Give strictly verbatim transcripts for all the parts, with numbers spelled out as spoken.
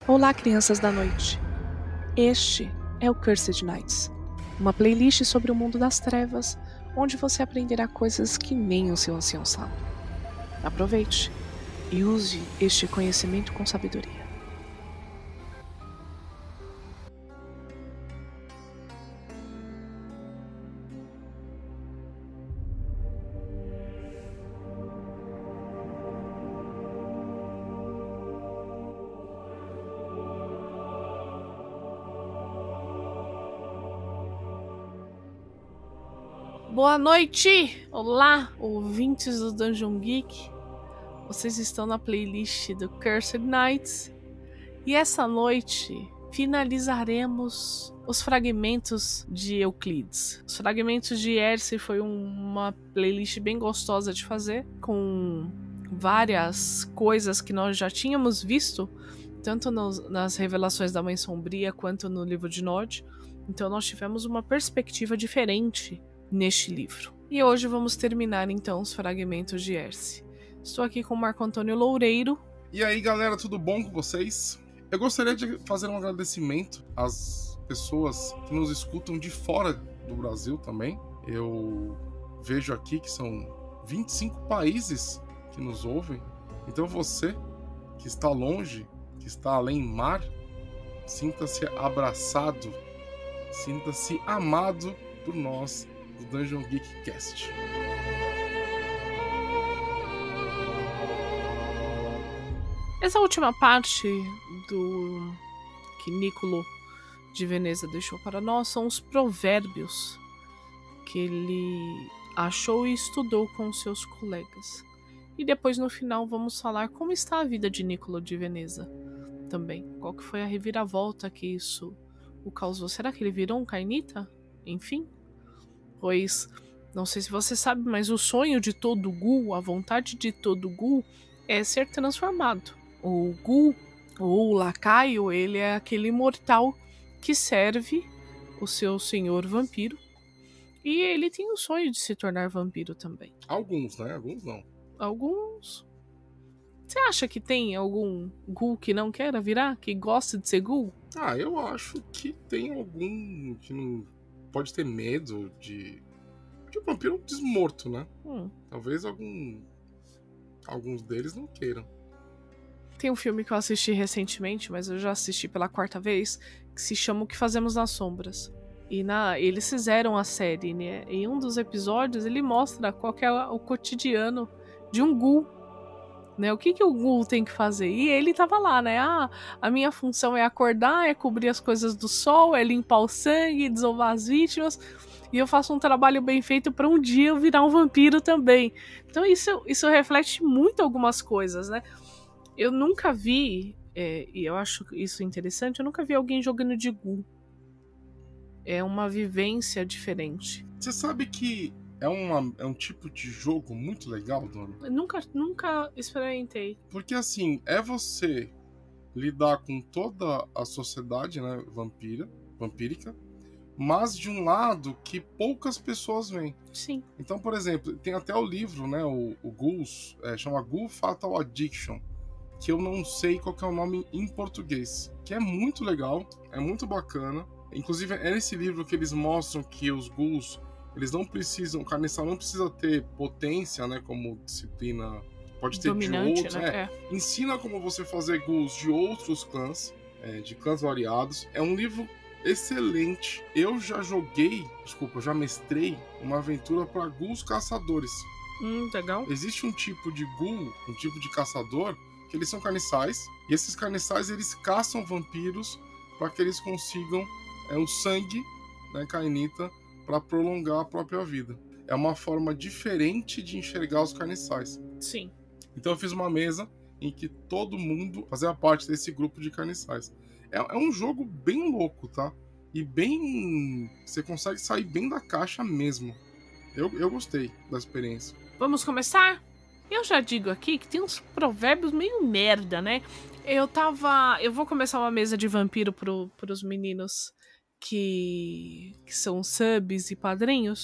Olá, crianças da noite. Este é o Cursed Nights, uma playlist sobre o mundo das trevas, onde você aprenderá coisas que nem o seu ancião sabe. Aproveite e use este conhecimento com sabedoria. Boa noite! Olá, ouvintes do Dungeon Geek. Vocês estão na playlist do Cursed Nights. E essa noite finalizaremos os fragmentos de Euclides. Os fragmentos de Erse foi um, uma playlist bem gostosa de fazer, com várias coisas que nós já tínhamos visto, tanto nos, nas revelações da Mãe Sombria quanto no livro de Nod. Então nós tivemos uma perspectiva diferente neste livro. E hoje vamos terminar então os fragmentos de Erse. Estou aqui com o Marco Antônio Loureiro. E aí, galera, tudo bom com vocês? Eu gostaria de fazer um agradecimento às pessoas que nos escutam de fora do Brasil também. Eu vejo aqui que são vinte e cinco países que nos ouvem. Então você que está longe, que está além mar, sinta-se abraçado, sinta-se amado por nós do Dungeon Geek Cast. Essa última parte do que Nicolo de Veneza deixou para nós são os provérbios que ele achou e estudou com seus colegas. E depois no final vamos falar como está a vida de Nicolo de Veneza também. Qual que foi a reviravolta que isso o causou? Será que ele virou um Cainita? Enfim. Pois, não sei se você sabe, mas o sonho de todo Ghoul, a vontade de todo Ghoul é ser transformado. O Ghoul, ou o lacaio, ele é aquele imortal que serve o seu senhor vampiro. E ele tem o sonho de se tornar vampiro também. Alguns, né? Alguns não. Alguns... Você acha que tem algum Ghoul que não queira virar? Que gosta de ser Ghoul? Ah, eu acho que tem algum que não... pode ter medo de... Porque o vampiro é um desmorto, né? Hum. Talvez algum... alguns deles não queiram. Tem um filme que eu assisti recentemente, mas eu já assisti pela quarta vez, que se chama O que Fazemos nas Sombras. E na... eles fizeram a série, né? Em um dos episódios ele mostra qual que é o cotidiano de um Ghoul. Né? O que, que o Ghoul tem que fazer? E ele tava lá, né? Ah, a minha função é acordar, é cobrir as coisas do sol, é limpar o sangue, desovar as vítimas. E eu faço um trabalho bem feito para um dia eu virar um vampiro também. Então isso, isso reflete muito algumas coisas, né? Eu nunca vi, é, e eu acho isso interessante, eu nunca vi alguém jogando de Ghoul. É uma vivência diferente. Você sabe que é, uma, é um tipo de jogo muito legal, Dona? Eu nunca, nunca experimentei. Porque assim, é você lidar com toda a sociedade, né, vampira, vampírica, mas de um lado que poucas pessoas veem. Sim. Então, por exemplo, tem até o livro, né, o, o Ghouls, é, chama Ghoul Fatal Addiction, que eu não sei qual que é o nome em português, que é muito legal, é muito bacana. Inclusive, é nesse livro que eles mostram que os Ghouls, eles não precisam, o carniçal não precisa ter potência, né, como disciplina, pode ter dominante, de outros, né? é, é. Ensina como você fazer Ghouls de outros clãs, é, de clãs variados. É um livro excelente. Eu já joguei, desculpa, eu já mestrei uma aventura para Ghouls caçadores. Hum, legal. Existe um tipo de Ghoul, um tipo de caçador, que eles são carniçais, e esses carniçais eles caçam vampiros para que eles consigam é, o sangue, né, cainita, para prolongar a própria vida. É uma forma diferente de enxergar os carniçais. Sim. Então eu fiz uma mesa em que todo mundo fazia parte desse grupo de carniçais. É, é um jogo bem louco, tá? E bem... você consegue sair bem da caixa mesmo. Eu, eu gostei da experiência. Vamos começar? Eu já digo aqui que tem uns provérbios meio merda, né? Eu tava... Eu vou começar uma mesa de vampiro pro, pros meninos que, que são subs e padrinhos.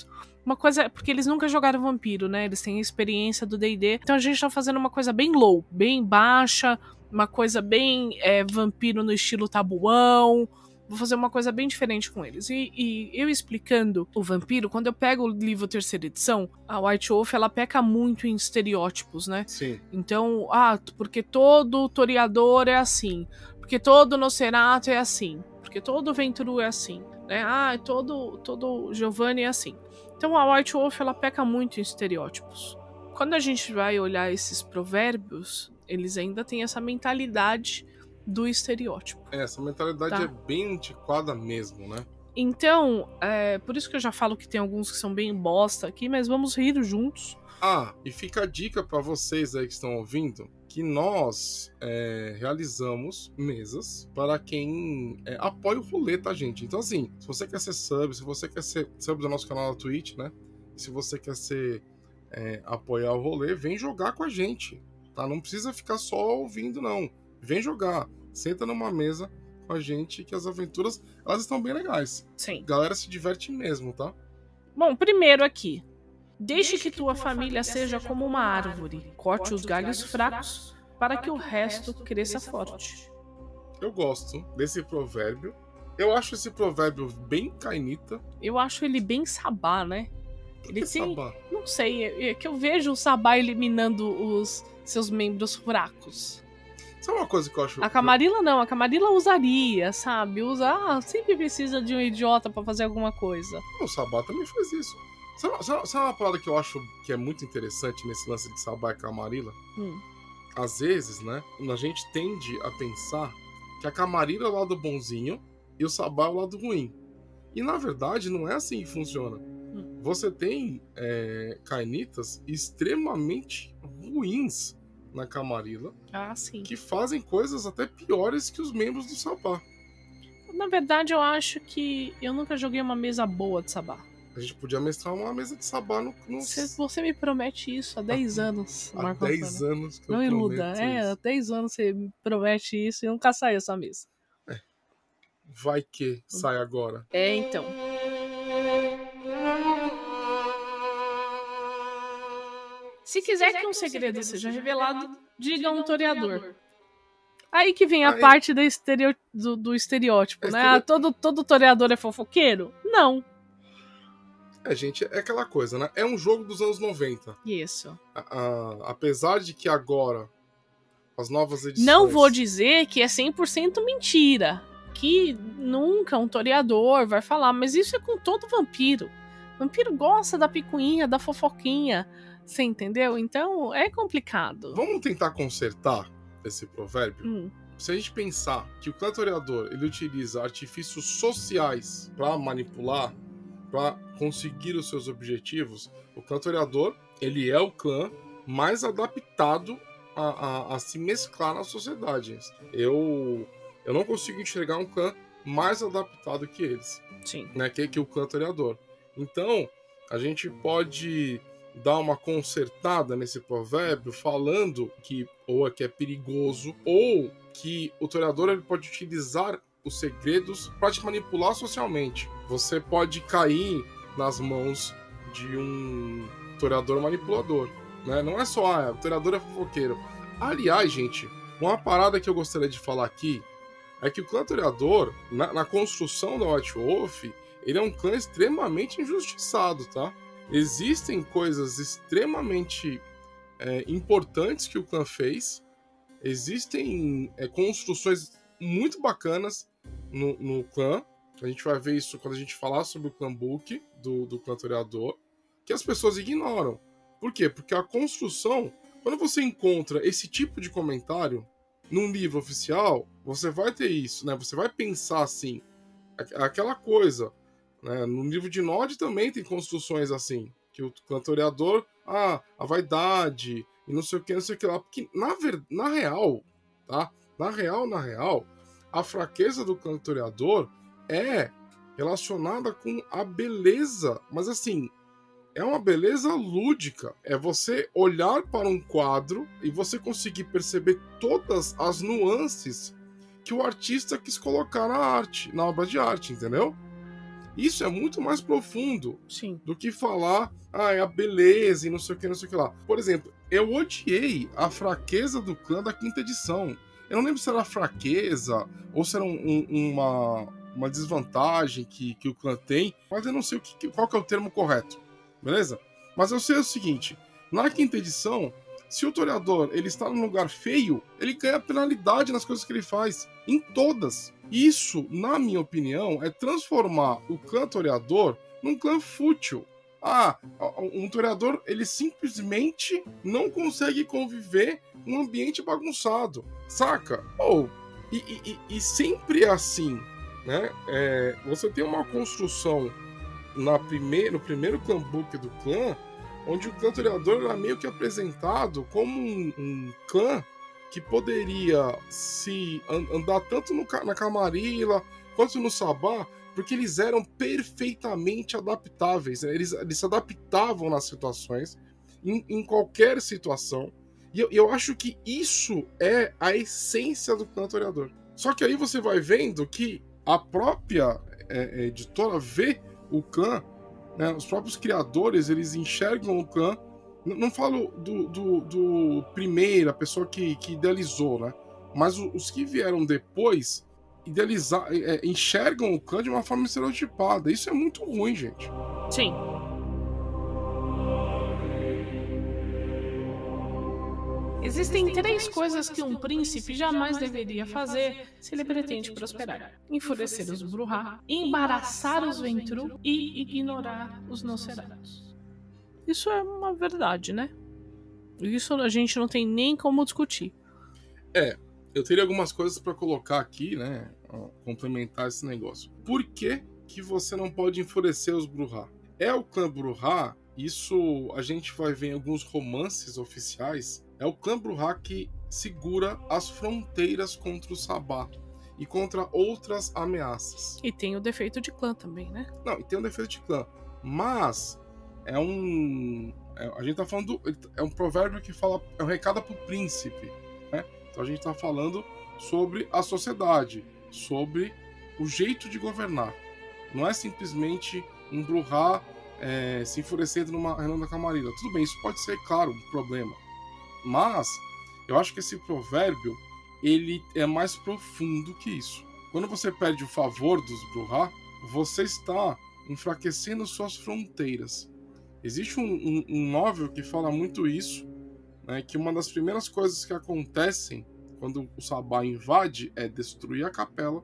uma coisa, porque eles nunca jogaram vampiro, né? Eles têm a experiência do D e D. Então a gente tá fazendo uma coisa bem low, bem baixa, uma coisa bem é, vampiro no estilo tabuão. Vou fazer uma coisa bem diferente com eles. E, e eu explicando o vampiro, quando eu pego o livro terceira edição, a White Wolf, ela peca muito em estereótipos, né? Sim. Então, ah, porque todo toreador é assim. Porque todo Nosferatu é assim. Porque todo Ventru é assim. Né? Ah, todo, todo Giovanni é assim. Então a White Wolf, ela peca muito em estereótipos. Quando a gente vai olhar esses provérbios, eles ainda têm essa mentalidade do estereótipo. É, essa mentalidade Tá. é bem antiquada mesmo, né? Então, é, por isso que eu já falo que tem alguns que são bem bosta aqui, mas vamos rir juntos. Ah, e fica a dica para vocês aí que estão ouvindo, que nós é, realizamos mesas para quem é, apoia o rolê, tá, gente? Então, assim, se você quer ser sub, se você quer ser sub do nosso canal na Twitch, né? Se você quer ser é, apoiar o rolê, vem jogar com a gente, tá? Não precisa ficar só ouvindo, não. Vem jogar. Senta numa mesa com a gente, que as aventuras, elas estão bem legais. Sim. A galera se diverte mesmo, tá? Bom, primeiro aqui. Deixe que tua família seja como uma árvore. Corte os galhos fracos para que o resto cresça forte. Eu gosto desse provérbio. Eu acho esse provérbio bem cainita. Eu acho ele bem sabá, né? Por Ele que tem... sabá? Não sei, é que eu vejo o sabá eliminando os seus membros fracos. Sabe uma coisa que eu acho... A Camarilla não, a Camarilla usaria, sabe? Usa, ah, sempre precisa de um idiota pra fazer alguma coisa. O Sabá também faz isso. Sabe, sabe, sabe uma parada que eu acho que é muito interessante nesse lance de Sabá e Camarilla? Hum. Às vezes, né, a gente tende a pensar que a Camarilla é o lado bonzinho e o Sabá é o lado ruim. E na verdade não é assim que funciona. Hum. Você tem é, cainitas extremamente ruins na Camarilla, ah, sim. que fazem coisas até piores que os membros do Sabá. Na verdade, eu acho que eu nunca joguei uma mesa boa de Sabá. A gente podia mestrar uma mesa de Sabá no... no... Você, você me promete isso há dez anos. Há dez anos que eu Não iluda. É, isso. há dez anos você me promete isso e nunca saiu essa mesa. É. Vai que sai agora. É, então. Se quiser que um segredo seja revelado, diga a um toreador. Aí que vem a Aí... parte do, estereo... do, do estereótipo, é né? Estereo... Ah, todo, todo toreador é fofoqueiro? Não. É, gente, é aquela coisa, né? É um jogo dos anos noventa. Isso. A, a, apesar de que agora, as novas edições... Não vou dizer que é cem por cento mentira. Que nunca um toreador vai falar, mas isso é com todo vampiro. Vampiro gosta da picuinha, da fofoquinha. Você entendeu? Então, é complicado. Vamos tentar consertar esse provérbio? Hum. Se a gente pensar que o clã toreador, ele utiliza artifícios sociais para manipular, para conseguir os seus objetivos, o clã toreador, ele é o clã mais adaptado a, a, a se mesclar na sociedade. Eu, eu não consigo enxergar um clã mais adaptado que eles. Sim. Né, que, que o clã toreador. Então, a gente pode dar uma consertada nesse provérbio falando que ou é que é perigoso ou que o toreador ele pode utilizar os segredos para te manipular socialmente. Você pode cair nas mãos de um toreador manipulador, né? Não é só, ah, o toreador é fofoqueiro. Aliás, gente, uma parada que eu gostaria de falar aqui é que o clã toreador, na, na construção da White Wolf, ele é um clã extremamente injustiçado, tá? Existem coisas extremamente é, importantes que o clã fez, existem é, construções muito bacanas no, no clã. A gente vai ver isso quando a gente falar sobre o clã book do, do clã toreador, que as pessoas ignoram. Por quê? Porque a construção, quando você encontra esse tipo de comentário num livro oficial, você vai ter isso, né? Você vai pensar assim, aquela coisa, né? No livro de Nod também tem construções assim, que o clã toreador, ah, a vaidade, e não sei o que, não sei o que lá, porque na, ver, na real, tá? Na real, na real, a fraqueza do clã toreador é relacionada com a beleza, mas assim, é uma beleza lúdica. É você olhar para um quadro e você conseguir perceber todas as nuances que o artista quis colocar na arte, na obra de arte, entendeu? Isso é muito mais profundo Sim. do que falar, ah, é a beleza e não sei o que, não sei o que lá. Por exemplo, eu odiei a fraqueza do clã da quinta edição. Eu não lembro se era fraqueza ou se era um, um, uma, uma desvantagem que, que o clã tem, mas eu não sei o que, qual que é o termo correto, beleza? Mas eu sei o seguinte, na quinta edição, se o toreador ele está num lugar feio, ele ganha penalidade nas coisas que ele faz, em todas. Isso, na minha opinião, é transformar o clã toreador num clã fútil. Ah, um toreador, ele simplesmente não consegue conviver num ambiente bagunçado, saca? Ou, oh, e, e, e sempre é assim, né? É, você tem uma construção na primeir, no primeiro clã book do clã, onde o clã toreador era meio que apresentado como um, um clã que poderia se andar tanto no, na Camarilla quanto no Sabá, porque eles eram perfeitamente adaptáveis, né? eles, eles se adaptavam nas situações, em, em qualquer situação, e eu, eu acho que isso é a essência do clã toreador. Só que aí você vai vendo que a própria é, editora vê o clã, né, os próprios criadores, eles enxergam o clã. Não falo do, do, do primeiro, a pessoa que, que idealizou, né? Mas os que vieram depois idealizar, é, enxergam o clã de uma forma estereotipada. Isso é muito ruim, gente. Sim. Existem três coisas que um príncipe jamais deveria fazer se ele pretende prosperar: enfurecer os Brujah, embaraçar os Ventrue e ignorar os Nosferatus. Isso é uma verdade, né? Isso a gente não tem nem como discutir. É, eu teria algumas coisas para colocar aqui, né? Complementar esse negócio. Por que que você não pode enfurecer os Brujah? É o clã Brujah, isso a gente vai ver em alguns romances oficiais, é o clã Brujah que segura as fronteiras contra o Sabá e contra outras ameaças. E tem o defeito de clã também, né? Não, e tem o defeito de clã. Mas é um... É, a gente tá falando... É um provérbio que fala... É um recado pro príncipe, né? Então a gente tá falando sobre a sociedade, sobre o jeito de governar. Não é simplesmente um Brujah é, se enfurecendo numa reunião da Camarilla. Tudo bem, isso pode ser, claro, um problema. Mas eu acho que esse provérbio ele é mais profundo que isso. Quando você perde o favor dos Brujah, você está enfraquecendo suas fronteiras. Existe um, um, um novel que fala muito isso, né, que uma das primeiras coisas que acontecem quando o Sabá invade é destruir a capela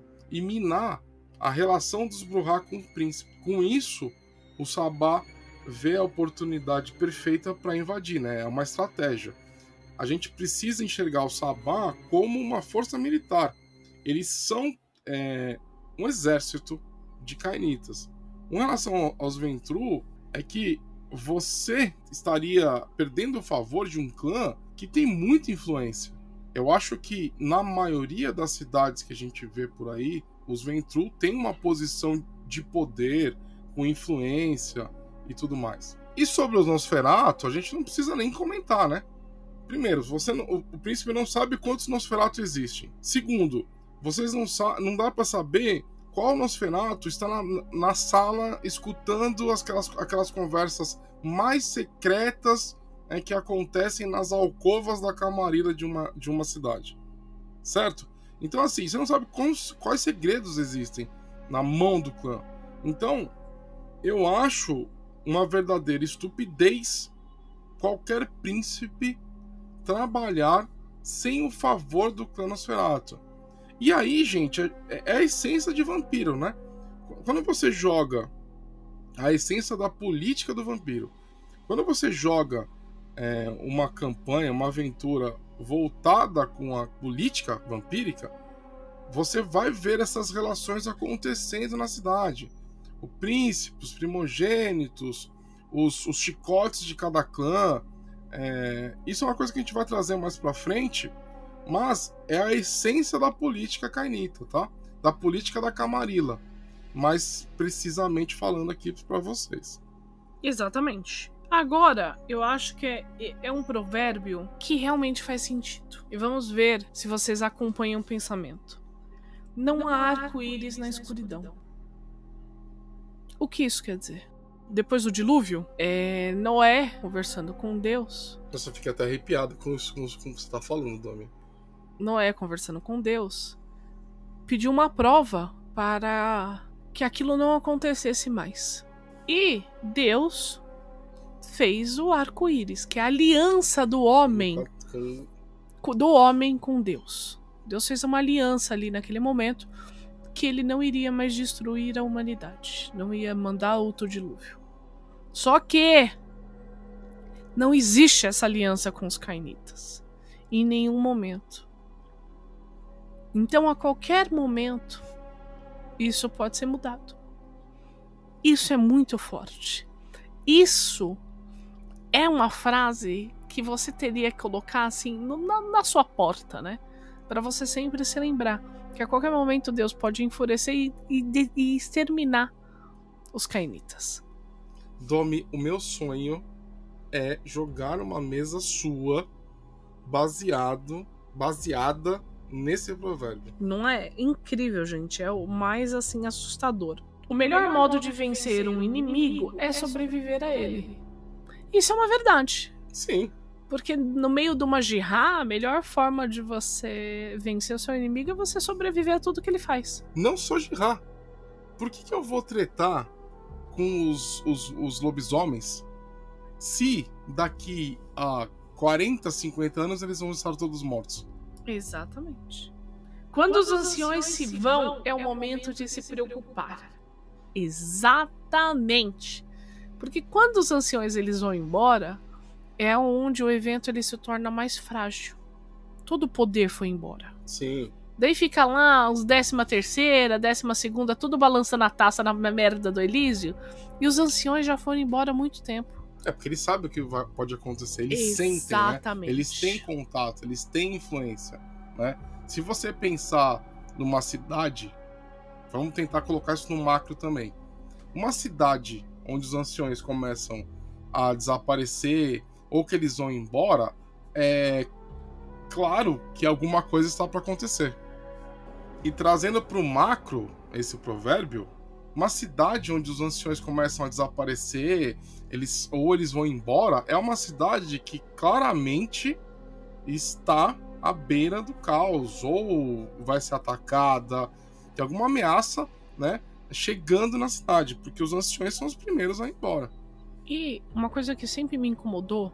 e minar a relação dos Brujah com o príncipe. Com isso, o Sabá vê a oportunidade perfeita para invadir, né? É uma estratégia. A gente precisa enxergar o Sabá como uma força militar. Eles são é, um exército de cainitas. Com relação aos Ventrue, é que você estaria perdendo o favor de um clã que tem muita influência. Eu acho que na maioria das cidades que a gente vê por aí, os Ventrue têm uma posição de poder, com influência e tudo mais. E sobre os Nosferatu, a gente não precisa nem comentar, né? Primeiro, você não, o príncipe não sabe quantos Nosferatu existem. Segundo, vocês não, não dá para saber qual Nosferatu está na, na sala escutando aquelas, aquelas conversas mais secretas, né, que acontecem nas alcovas da Camarilla de uma, de uma cidade. Certo? Então, assim, você não sabe quais, quais segredos existem na mão do clã. Então, eu acho uma verdadeira estupidez qualquer príncipe trabalhar sem o favor do clã Nosferatu. E aí, gente, é, é a essência de vampiro, né? Quando você joga a essência da política do vampiro, quando você joga é, uma campanha, uma aventura voltada com a política vampírica, você vai ver essas relações acontecendo na cidade. O príncipe, os primogênitos, os, os chicotes de cada clã. É, isso é uma coisa que a gente vai trazer mais pra frente, mas é a essência da política cainita, tá? Da política da Camarilla, mais precisamente falando aqui para vocês. Exatamente. Agora, eu acho que é, é um provérbio que realmente faz sentido. E vamos ver se vocês acompanham o pensamento. Não há arco-íris na escuridão. O que isso quer dizer? Depois do dilúvio, é Noé conversando com Deus. Eu só fiquei até arrepiado com isso, com o que você tá falando, Domi. Noé conversando com Deus, pediu uma prova para que aquilo não acontecesse mais. E Deus fez o arco-íris, que é a aliança do homem, do homem com Deus. Deus fez uma aliança ali naquele momento que ele não iria mais destruir a humanidade, não ia mandar outro dilúvio. Só que não existe essa aliança com os cainitas em nenhum momento. Então, a qualquer momento, isso pode ser mudado. Isso é muito forte. Isso é uma frase que você teria que colocar assim na, na sua porta, né? Para você sempre se lembrar que a qualquer momento Deus pode enfurecer e, e, e exterminar os cainitas. Domi, o meu sonho é jogar uma mesa sua baseado, baseada nesse provérbio. Não é incrível, gente? É o mais assim assustador. O melhor, o melhor modo de vencer um inimigo é sobreviver a ele. Isso é uma verdade. Sim. Porque no meio de uma jihá, a melhor forma de você vencer o seu inimigo é você sobreviver a tudo que ele faz. Não só jihá. Por que, que eu vou tretar com os, os, os lobisomens se daqui a quarenta, cinquenta anos eles vão estar todos mortos? Exatamente. Quando, Quando os anciões, anciões se vão, vão é o momento de se preocupar. Exatamente. Porque quando os anciões eles vão embora, é onde o evento ele se torna mais frágil. Todo o poder foi embora. Sim. Daí fica lá os décima terceira, décima segunda, tudo balançando a taça na merda do Elísio. E os anciões já foram embora há muito tempo. É porque eles sabem o que vai, pode acontecer. Eles Exatamente. sentem, né? Eles têm contato, eles têm influência, né? Se você pensar numa cidade, vamos tentar colocar isso no macro também. Uma cidade onde os anciões começam a desaparecer ou que eles vão embora, é claro que alguma coisa está para acontecer. E trazendo para o macro esse provérbio, uma cidade onde os anciões começam a desaparecer, eles, ou eles vão embora, é uma cidade que claramente está à beira do caos, ou vai ser atacada, tem alguma ameaça, né, chegando na cidade, porque os anciões são os primeiros a ir embora. E uma coisa que sempre me incomodou,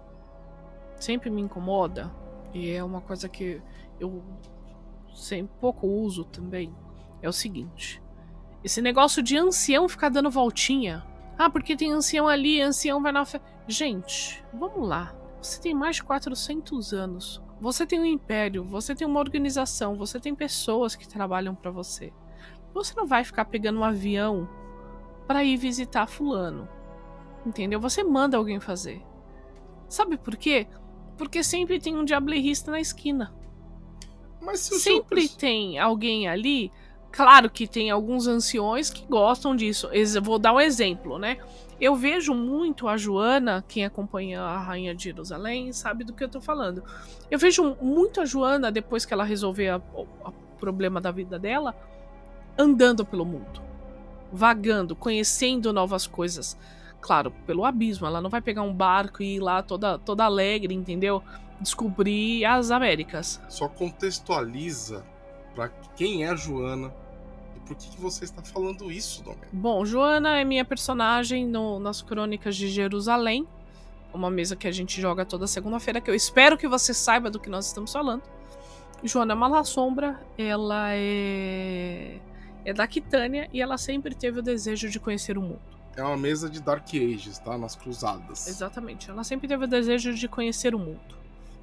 sempre me incomoda, e é uma coisa que eu sempre pouco uso também, é o seguinte: esse negócio de ancião ficar dando voltinha. Ah, porque tem ancião ali, ancião vai na fé. Gente, vamos lá. Você tem mais de quatrocentos anos. Você tem um império, você tem uma organização, você tem pessoas que trabalham pra você. Você não vai ficar pegando um avião pra ir visitar fulano. Entendeu? Você manda alguém fazer. Sabe por quê? Porque sempre tem um diablerista na esquina. Mas se o sempre seu... tem alguém ali. Claro que tem alguns anciões que gostam disso. Eu vou dar um exemplo, né? Eu vejo muito a Joana, quem acompanha a Rainha de Jerusalém sabe do que eu tô falando. Eu vejo muito a Joana, depois que ela resolver o problema da vida dela, andando pelo mundo. Vagando, conhecendo novas coisas. Claro, pelo abismo. Ela não vai pegar um barco e ir lá toda, toda alegre, entendeu? Descobrir as Américas. Só contextualiza pra quem é a Joana e por que, que você está falando isso, Domênico. Bom, Joana é minha personagem no, nas Crônicas de Jerusalém. Uma mesa que a gente joga toda segunda-feira, que eu espero que você saiba do que nós estamos falando. Joana é uma La Sombra, ela é... é da Aquitânia e ela sempre teve o desejo de conhecer o mundo. É uma mesa de Dark Ages, tá? Nas Cruzadas. Exatamente. Ela sempre teve o desejo de conhecer o mundo.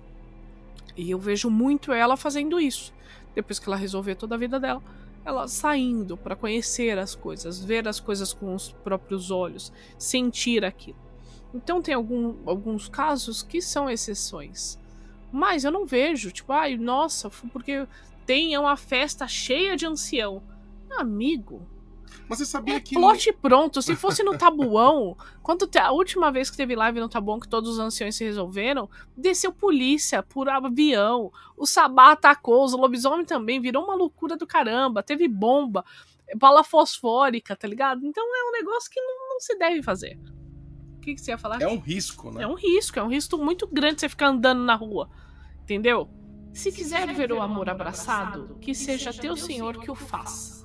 E eu vejo muito ela fazendo isso. Depois que ela resolver toda a vida dela, ela saindo para conhecer as coisas, ver as coisas com os próprios olhos, sentir aquilo. Então tem algum, alguns casos que são exceções. Mas eu não vejo, tipo, ai, nossa, porque tem uma festa cheia de ancião. Amigo, Mas você sabia É que... plot pronto. Se fosse no Tabuão, quando te... a última vez que teve live no Tabuão, que todos os anciões se resolveram, desceu polícia por avião, o Sabá atacou, os lobisomem também, virou uma loucura do caramba, teve bomba, bala fosfórica, tá ligado? Então é um negócio que não, não se deve fazer. O que, que você ia falar? É um risco, né? É um risco, é um risco muito grande você ficar andando na rua, entendeu? Se quiser ver o amor abraçado, que seja teu Senhor que o faça.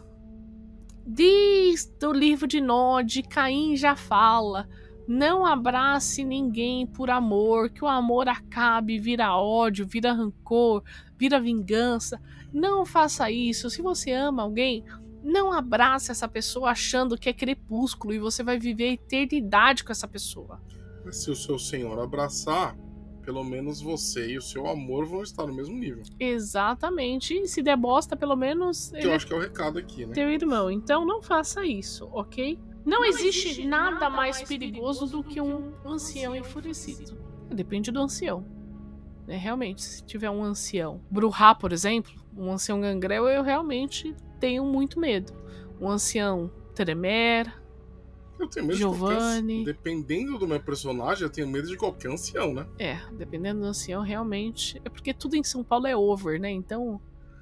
Diz do livro de Nod, Caim já fala: não abrace ninguém por amor, que o amor acabe, vira ódio, vira rancor, vira vingança. Não faça isso. Se você ama alguém, não abrace essa pessoa achando que é crepúsculo e você vai viver a eternidade com essa pessoa. Se o seu senhor abraçar, pelo menos você e o seu amor vão estar no mesmo nível. Exatamente. E se der bosta, pelo menos... Que eu acho que é o recado aqui, né? Teu irmão. Então não faça isso, ok? Não, não existe, existe nada mais perigoso do que um ancião enfurecido. Depende do ancião. É, realmente, se tiver um ancião Bruhá, por exemplo, um ancião Gangrel, eu realmente tenho muito medo. Um ancião Teremer, eu tenho medo Giovanni. De qualquer... Dependendo do meu personagem, eu tenho medo de qualquer ancião, né? É, dependendo do ancião, realmente. É porque tudo em São Paulo é over, né? Então.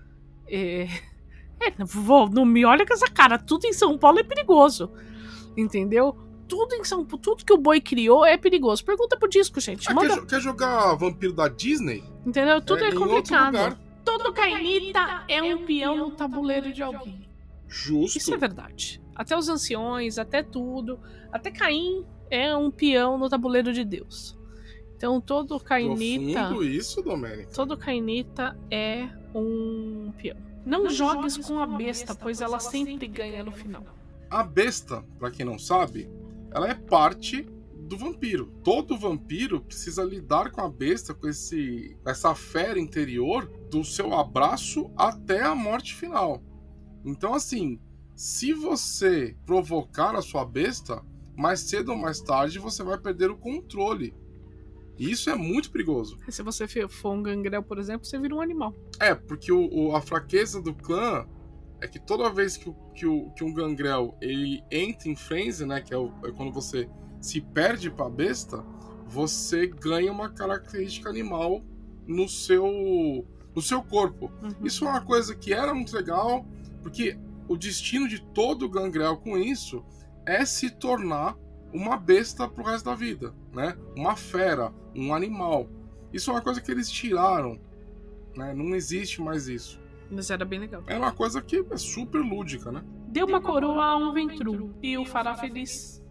É. é não me olha com essa cara. Tudo em São Paulo é perigoso. Entendeu? Tudo em São Paulo. Tudo que o boi criou é perigoso. Pergunta pro disco, gente. Ah, Manda... quer, quer jogar Vampiro da Disney? Entendeu? Tudo é, é complicado. Todo cainita é um peão no tabuleiro de alguém. Justo. Isso é verdade. Até os anciões, até tudo. Até Caim é um peão no tabuleiro de Deus. Então todo cainita... Profundo isso, Domênica. Todo cainita é um peão. Não, não jogues com a besta, pois ela sempre ganha no final. A besta, pra quem não sabe, ela é parte do vampiro. Todo vampiro precisa lidar com a besta, com esse, essa fera interior, do seu abraço até a morte final. Então, assim, se você provocar a sua besta, mais cedo ou mais tarde você vai perder o controle. E isso é muito perigoso. Se você for um gangrel, por exemplo, você vira um animal. É, porque o, o, a fraqueza do clã é que toda vez que, o, que, o, que um gangrel ele entra em frenzy, né, que é, o, é quando você se perde pra besta, você ganha uma característica animal no seu, no seu corpo. Uhum. Isso é uma coisa que era muito legal, porque o destino de todo gangrel com isso é se tornar uma besta pro resto da vida, né? Uma fera, um animal. Isso é uma coisa que eles tiraram, né? Não existe mais isso. Mas era bem legal. É uma coisa que é super lúdica, né? Deu uma coroa a um ventru e o fará feliz.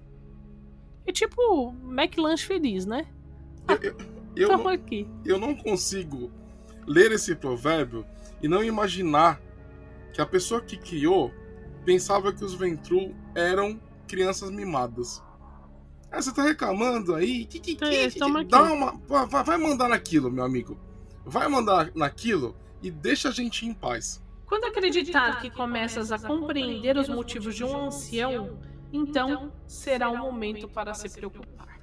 É tipo McLanche feliz, né? Ah, eu, eu, eu, não, aqui. eu não consigo ler esse provérbio e não imaginar que a pessoa que criou pensava que os ventru eram crianças mimadas. Ah, você tá reclamando aí? Que, que, é, que, que, dá uma, vai, vai mandar naquilo, meu amigo. Vai mandar naquilo e deixa a gente em paz. Quando acreditar que começas a compreender os motivos de um ancião, então será o momento para se preocupar.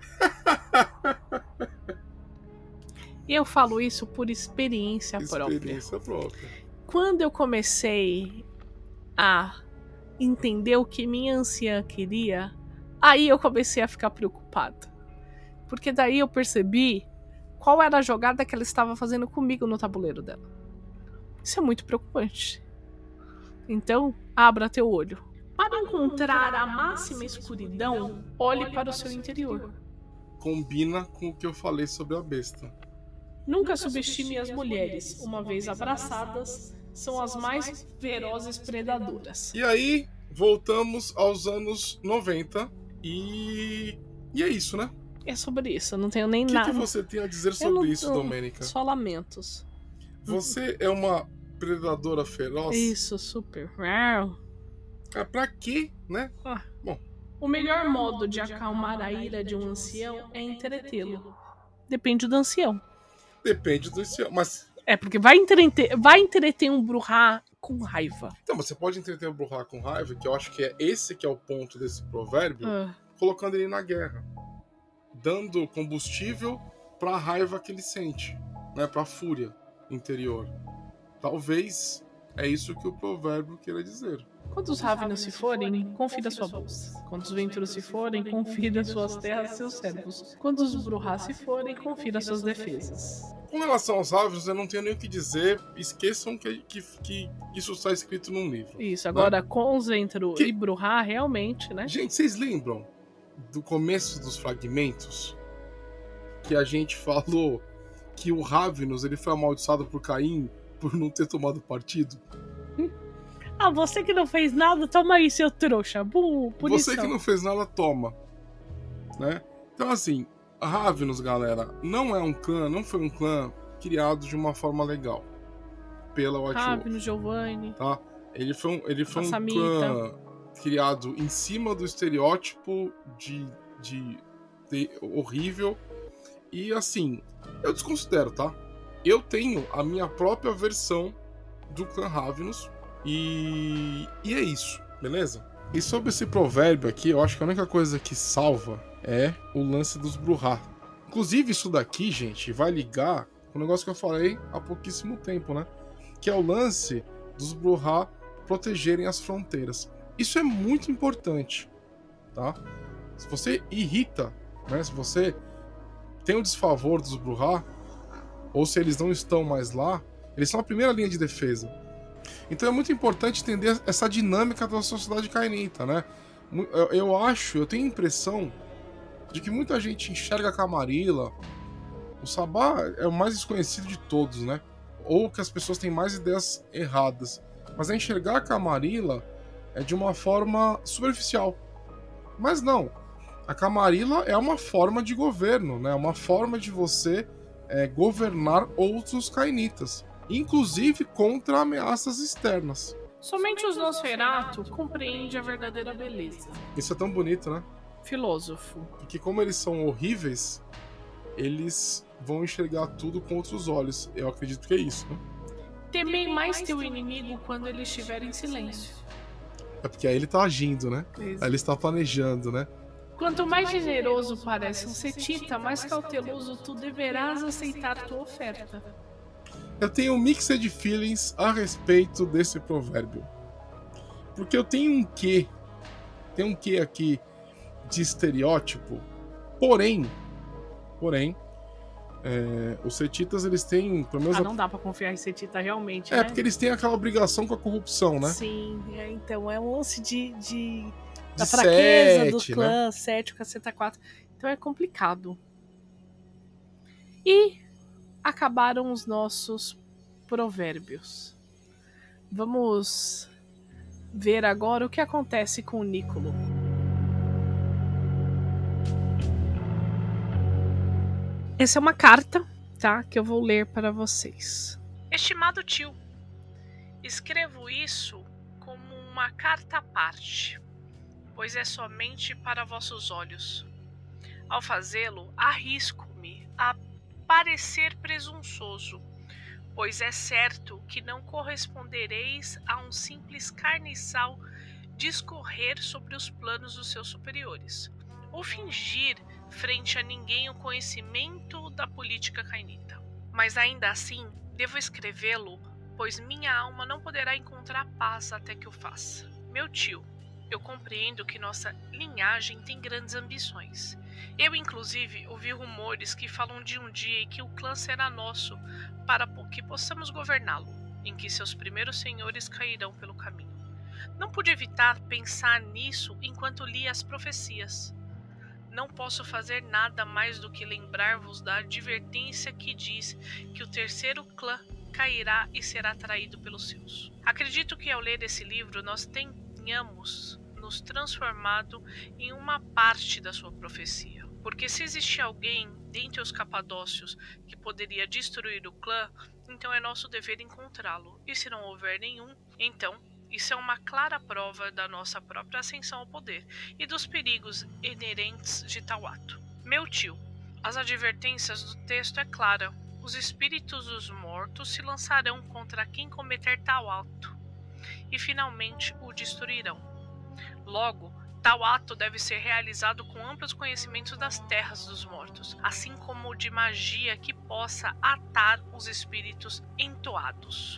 Eu falo isso por experiência, experiência própria. própria. Quando eu comecei a entender o que minha anciã queria, aí eu comecei a ficar preocupado. Porque daí eu percebi qual era a jogada que ela estava fazendo comigo no tabuleiro dela. Isso é muito preocupante. Então, abra teu olho. Para encontrar a máxima escuridão, olhe para o seu interior. Combina com o que eu falei sobre a besta. Nunca subestime as mulheres, uma vez abraçadas, são as mais ferozes predadoras. E aí, voltamos aos anos noventa e... E é isso, né? É sobre isso, eu não tenho nem que nada. O que você tem a dizer sobre não, isso, Domênica? Só lamentos. Você é uma predadora feroz? Isso, super. É pra quê, né? Ah. Bom. O melhor modo de acalmar a ira de um ancião é entretê-lo. Depende do ancião. Depende do ancião, mas... É, porque vai entreter, vai entreter um Bruhá com raiva. Então, você pode entreter um Bruhá com raiva, que eu acho que é esse que é o ponto desse provérbio, ah. colocando ele na guerra. Dando combustível pra raiva que ele sente, né? Pra fúria interior. Talvez É isso que o provérbio quer dizer. Quando os Ravenos se forem, confida sua bolsa. Quando os Venturos se forem, confida suas terras e seus servos. Quando os Bruhá se forem, confida suas defesas. Com relação aos Ravenos, eu não tenho nem o que dizer. Esqueçam que, que, que isso está escrito num livro. Isso, agora, né? Com os Venturos que... e Bruhá, realmente, né? Gente, vocês lembram do começo dos fragmentos? Que a gente falou que o Ravenous, ele foi amaldiçoado por Caim por não ter tomado partido? Ah, você que não fez nada, toma aí, seu trouxa. Buh, punição. Você que não fez nada, toma. Né? Então, assim, Ravenous, galera, não é um clã, não foi um clã criado de uma forma legal pela White Wolf. Ravenous, Giovanni. Tá? Ele foi um, ele foi um Samita. clã criado em cima do estereótipo de, de, de horrível. E, assim, eu desconsidero, tá? Eu tenho a minha própria versão do clã Ravenous. E, e é isso, beleza? E sobre esse provérbio aqui, eu acho que a única coisa que salva é o lance dos Bruhá. Inclusive, isso daqui, gente, vai ligar com o negócio que eu falei há pouquíssimo tempo, né? Que é o lance dos Bruhá protegerem as fronteiras. Isso é muito importante, tá? Se você irrita, né? Se você tem o desfavor dos Bruhá, ou se eles não estão mais lá, eles são a primeira linha de defesa. Então é muito importante entender essa dinâmica da sociedade cainita, né? Eu, eu acho, eu tenho a impressão de que muita gente enxerga a Camarilla. O Sabá é o mais desconhecido de todos, né? Ou que as pessoas têm mais ideias erradas. Mas é enxergar a Camarilla é de uma forma superficial. Mas não. A Camarilla é uma forma de governo, né? É uma forma de você é, governar outros cainitas. Inclusive contra ameaças externas. Somente os Nosferatu compreendem a verdadeira beleza. Isso é tão bonito, né? Filósofo. Porque como eles são horríveis, eles vão enxergar tudo com outros olhos. Eu acredito que é isso, né? Temei mais teu inimigo quando ele estiver em silêncio. É porque aí ele tá agindo, né? Isso. Aí ele está planejando, né? Quanto mais generoso parece um setita, mais cauteloso tu deverás aceitar tua oferta. Eu tenho um mixed feelings a respeito desse provérbio. Porque eu tenho um quê, tem um quê aqui de estereótipo, porém, porém, é, os setitas, eles têm, pelo menos... Ah, não dá pra confiar em setita realmente, É, né? porque eles têm aquela obrigação com a corrupção, né? Sim, é, então, é um lance de... de... da De fraqueza sete, dos né? clãs, sete, caceta quatro. Então é complicado. E acabaram os nossos provérbios. Vamos ver agora o que acontece com o Nicolo. Essa é uma carta, tá? Que eu vou ler para vocês. Estimado tio, escrevo isso como uma carta à parte, pois é somente para vossos olhos. Ao fazê-lo, arrisco-me a parecer presunçoso, pois é certo que não correspondereis a um simples carniçal discorrer sobre os planos dos seus superiores, ou fingir frente a ninguém o conhecimento da política cainita. Mas ainda assim, devo escrevê-lo, pois minha alma não poderá encontrar paz até que o faça. Meu tio, eu compreendo que nossa linhagem tem grandes ambições. Eu, inclusive, ouvi rumores que falam de um dia em que o clã será nosso, para que possamos governá-lo, em que seus primeiros senhores cairão pelo caminho. Não pude evitar pensar nisso enquanto lia as profecias. Não posso fazer nada mais do que lembrar-vos da advertência que diz que o terceiro clã cairá e será traído pelos seus. Acredito que ao ler esse livro nós tenhamos nos transformado em uma parte da sua profecia. Porque se existir alguém dentre os capadócios que poderia destruir o clã, então é nosso dever encontrá-lo. E se não houver nenhum, então isso é uma clara prova da nossa própria ascensão ao poder e dos perigos inerentes de tal ato. Meu tio, as advertências do texto é clara. Os espíritos dos mortos se lançarão contra quem cometer tal ato e finalmente o destruirão. Logo, tal ato deve ser realizado com amplos conhecimentos das terras dos mortos, assim como de magia que possa atar os espíritos entoados. O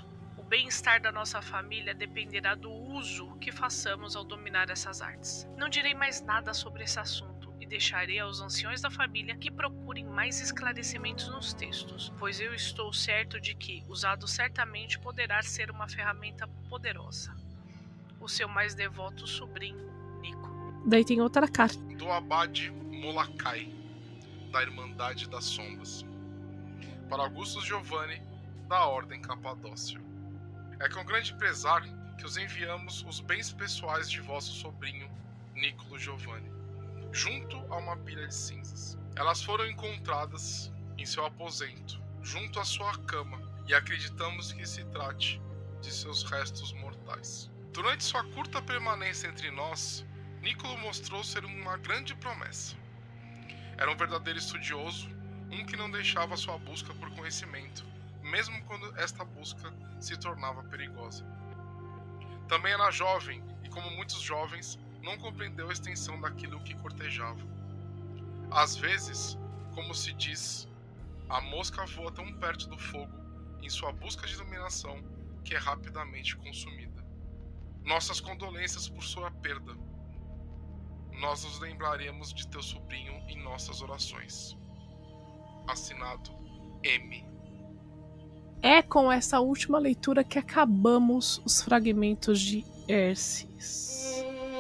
bem-estar da nossa família dependerá do uso que façamos ao dominar essas artes. Não direi mais nada sobre esse assunto e deixarei aos anciões da família que procurem mais esclarecimentos nos textos, pois eu estou certo de que, usado certamente, poderá ser uma ferramenta poderosa. O seu mais devoto sobrinho, Nicolo. Daí tem outra carta. Do Abade Molokai, da Irmandade das Sombras. Para Augustus Giovanni, da Ordem Capadócia. É com grande pesar que os enviamos os bens pessoais de vosso sobrinho, Nicolo Giovanni, junto a uma pilha de cinzas. Elas foram encontradas em seu aposento, junto à sua cama, e acreditamos que se trate de seus restos mortais. Durante sua curta permanência entre nós, Nicolo mostrou ser uma grande promessa. Era um verdadeiro estudioso, um que não deixava sua busca por conhecimento, mesmo quando esta busca se tornava perigosa. Também era jovem e, como muitos jovens, não compreendeu a extensão daquilo que cortejava. Às vezes, como se diz, a mosca voa tão perto do fogo em sua busca de iluminação que é rapidamente consumida. Nossas condolências por sua perda. Nós nos lembraremos de teu sobrinho em nossas orações. Assinado M. É com essa última leitura que acabamos os fragmentos de Hércules.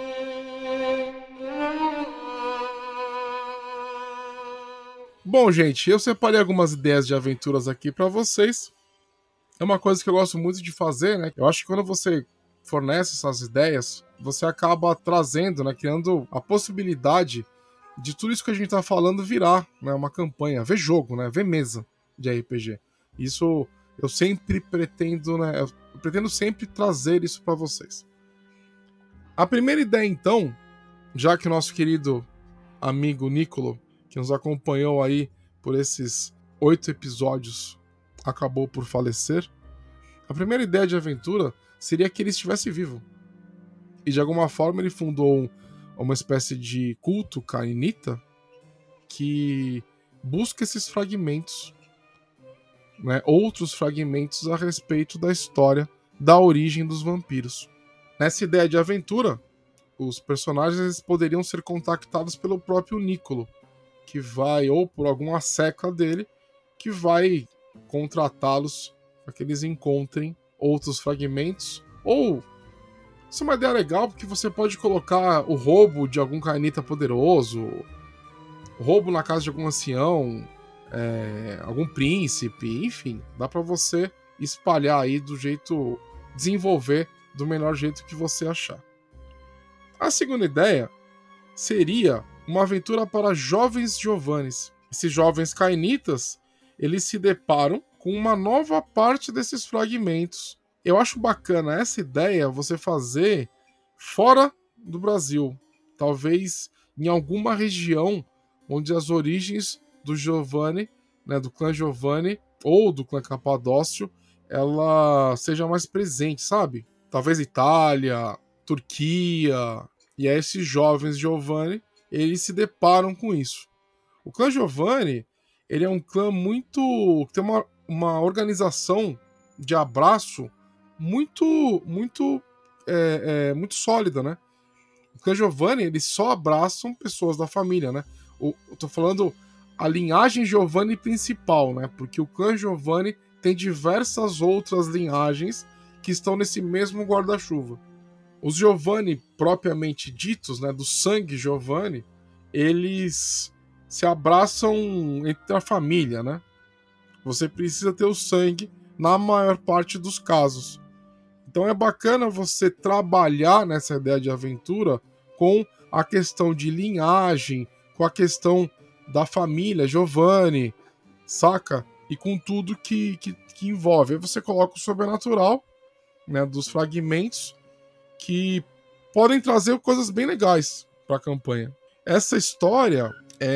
Bom, gente, eu separei algumas ideias de aventuras aqui pra vocês. É uma coisa que eu gosto muito de fazer, né? Eu acho que quando você fornece essas ideias, você acaba trazendo, né, criando a possibilidade de tudo isso que a gente tá falando virar, né, uma campanha, ver jogo, né, ver mesa de R P G. Isso eu sempre pretendo, né, eu pretendo sempre trazer isso para vocês. A primeira ideia, então, já que o nosso querido amigo Nicolo, que nos acompanhou aí por esses oito episódios, acabou por falecer, a primeira ideia de aventura seria que ele estivesse vivo. E de alguma forma ele fundou uma espécie de culto cainita que busca esses fragmentos, né, outros fragmentos a respeito da história da origem dos vampiros. Nessa ideia de aventura, os personagens poderiam ser contactados pelo próprio Nicolo, que vai, ou por alguma seca dele, que vai contratá-los para que eles encontrem outros fragmentos, ou isso é uma ideia legal porque você pode colocar o roubo de algum cainita poderoso, o roubo na casa de algum ancião, é, algum príncipe, enfim, dá para você espalhar aí do jeito, desenvolver do melhor jeito que você achar. A segunda ideia seria uma aventura para jovens Giovannis. Esses jovens cainitas, eles se deparam com uma nova parte desses fragmentos. Eu acho bacana essa ideia você fazer fora do Brasil. Talvez em alguma região onde as origens do Giovanni, né, do clã Giovanni ou do clã Capadócio, ela seja mais presente, sabe? Talvez Itália, Turquia. E aí esses jovens Giovanni, eles se deparam com isso. O clã Giovanni, ele é um clã muito... que tem uma, uma organização de abraço muito, muito, é, é, muito sólida, né? O clã Giovanni, eles só abraçam pessoas da família, né? O, eu tô falando a linhagem Giovanni principal, né? Porque o clã Giovanni tem diversas outras linhagens que estão nesse mesmo guarda-chuva. Os Giovanni propriamente ditos, né, do sangue Giovanni, eles se abraçam entre a família, né? Você precisa ter o sangue na maior parte dos casos. Então é bacana você trabalhar nessa ideia de aventura com a questão de linhagem, com a questão da família Giovanni, saca? E com tudo que, que, que envolve. Aí você coloca o sobrenatural, né, dos fragmentos, que podem trazer coisas bem legais para a campanha. Essa história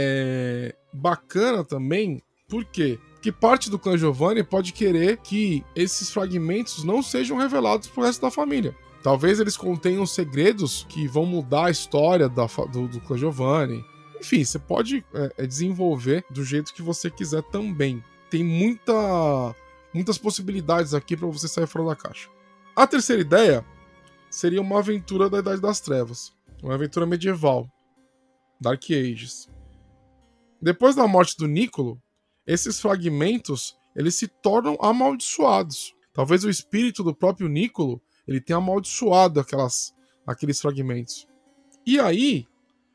é bacana também, por quê? Porque parte do clã Giovanni pode querer que esses fragmentos não sejam revelados pro resto da família. Talvez eles contenham segredos que vão mudar a história da, do, do clã Giovanni. Enfim, você pode é, desenvolver do jeito que você quiser também. Tem muita muitas possibilidades aqui para você sair fora da caixa. A terceira ideia seria uma aventura da Idade das Trevas, uma aventura medieval, Dark Ages. Depois da morte do Nicolo, esses fragmentos eles se tornam amaldiçoados. Talvez o espírito do próprio Nicolo ele tenha amaldiçoado aquelas, aqueles fragmentos. E aí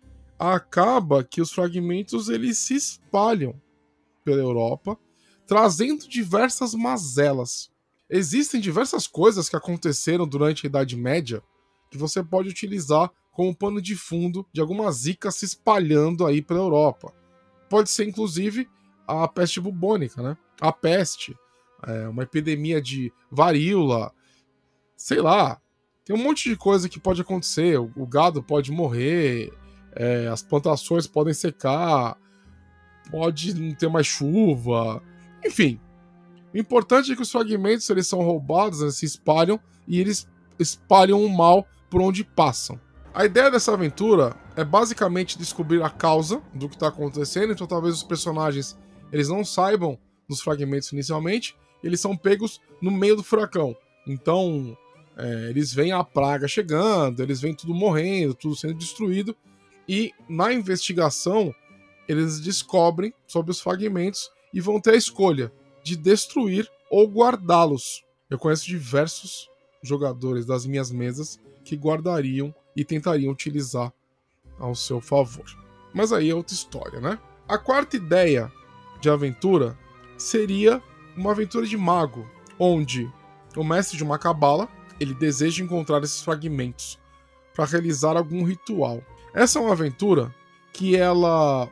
acaba que os fragmentos eles se espalham pela Europa, trazendo diversas mazelas. Existem diversas coisas que aconteceram durante a Idade Média que você pode utilizar como pano de fundo de algumas zicas se espalhando aí pela Europa. Pode ser, inclusive, a peste bubônica, né? A peste, é, uma epidemia de varíola, sei lá. Tem um monte de coisa que pode acontecer. O, o gado pode morrer, é, as plantações podem secar, pode não ter mais chuva, enfim. O importante é que os fragmentos eles são roubados, eles se espalham e eles espalham o mal por onde passam. A ideia dessa aventura é basicamente descobrir a causa do que está acontecendo, então talvez os personagens eles não saibam dos fragmentos inicialmente, eles são pegos no meio do furacão. Então é, eles veem a praga chegando, eles veem tudo morrendo, tudo sendo destruído, e na investigação eles descobrem sobre os fragmentos e vão ter a escolha de destruir ou guardá-los. Eu conheço diversos jogadores das minhas mesas que guardariam e tentariam utilizar ao seu favor. Mas aí é outra história, né? A quarta ideia de aventura seria uma aventura de mago, onde o mestre de uma cabala ele deseja encontrar esses fragmentos para realizar algum ritual. Essa é uma aventura que ela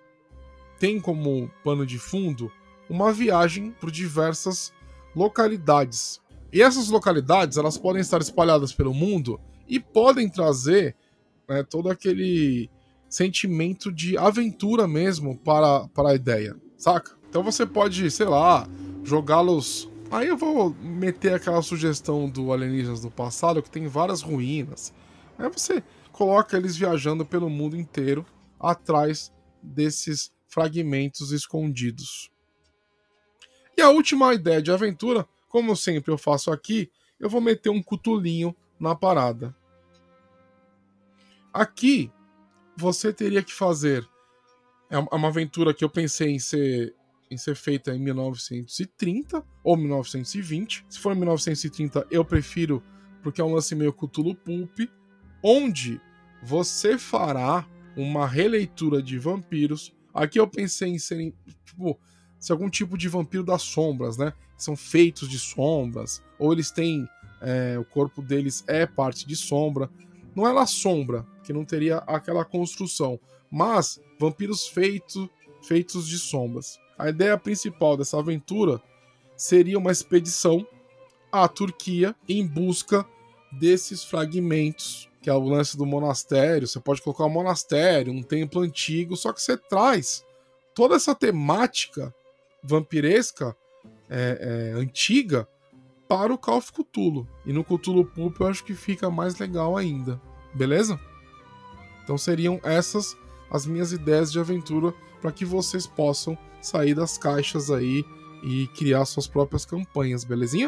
tem como pano de fundo uma viagem por diversas localidades. E essas localidades elas podem estar espalhadas pelo mundo e podem trazer, né, todo aquele sentimento de aventura mesmo para, para a ideia, saca? Então você pode, sei lá, jogá-los... Aí eu vou meter aquela sugestão do Alienígenas do Passado, que tem várias ruínas. Aí você coloca eles viajando pelo mundo inteiro atrás desses fragmentos escondidos. E a última ideia de aventura, como sempre eu faço aqui, eu vou meter um cutulinho na parada. Aqui, você teria que fazer... É uma aventura que eu pensei em ser, em ser feita em mil novecentos e trinta ou mil novecentos e vinte. Se for em mil novecentos e trinta, eu prefiro, porque é um lance meio Cthulhu Pulp, onde você fará uma releitura de vampiros. Aqui eu pensei em serem, tipo, se algum tipo de vampiro das sombras, né? São feitos de sombras, ou eles têm, é, o corpo deles é parte de sombra. Não é lá sombra, que não teria aquela construção, mas vampiros feito, feitos de sombras. A ideia principal dessa aventura seria uma expedição à Turquia em busca desses fragmentos, que é o lance do monastério. Você pode colocar um monastério, um templo antigo, só que você traz toda essa temática vampiresca é, é, antiga para o Call of Cthulhu. E no Cthulhu Pulp eu acho que fica mais legal ainda. Beleza? Então seriam essas as minhas ideias de aventura para que vocês possam sair das caixas aí e criar suas próprias campanhas, belezinha?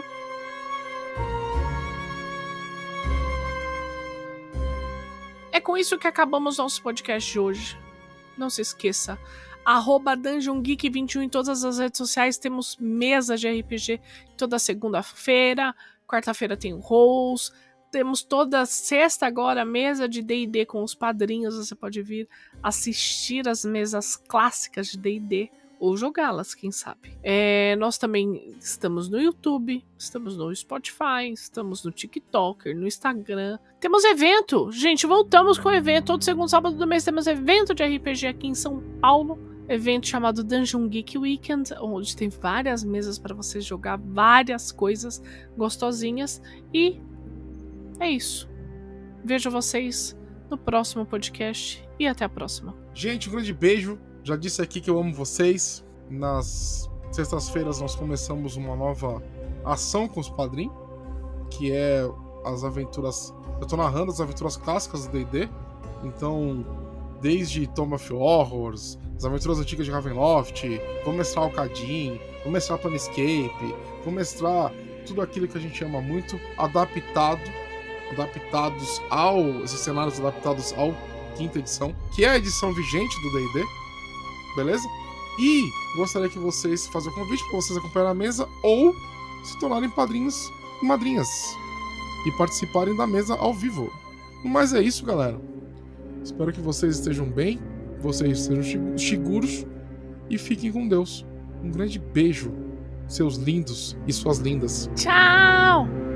É com isso que acabamos nosso podcast de hoje. Não se esqueça, arroba Dungeon Geek vinte e um em todas as redes sociais. Temos mesa de R P G toda segunda-feira, quarta-feira tem o Rolls, temos toda sexta agora mesa de D e D com os padrinhos. Você pode vir assistir as mesas clássicas de D e D ou jogá-las, quem sabe. É, nós também estamos no YouTube, estamos no Spotify, estamos no TikTok, no Instagram. Temos evento, gente, voltamos com o evento. Todo segundo sábado do mês temos evento de R P G aqui em São Paulo. Evento chamado Dungeon Geek Weekend, onde tem várias mesas para você jogar várias coisas gostosinhas. E é isso. Vejo vocês no próximo podcast e até a próxima. Gente, um grande beijo. Já disse aqui que eu amo vocês. Nas sextas-feiras nós começamos uma nova ação com os padrinhos, que é as aventuras... Eu tô narrando as aventuras clássicas do D e D. Então, desde Tomb of Horrors, as aventuras antigas de Ravenloft, vou mestrar Alcadim, vou mestrar Planescape, vou mestrar tudo aquilo que a gente ama muito, adaptado, adaptados ao, esses cenários adaptados ao quinta edição, que é a edição vigente do D e D, beleza? E gostaria que vocês façam o convite para vocês acompanharem a mesa ou se tornarem padrinhos e madrinhas e participarem da mesa ao vivo. Mas é isso, galera. Espero que vocês estejam bem, vocês sejam seguros e fiquem com Deus. Um grande beijo, seus lindos e suas lindas. Tchau!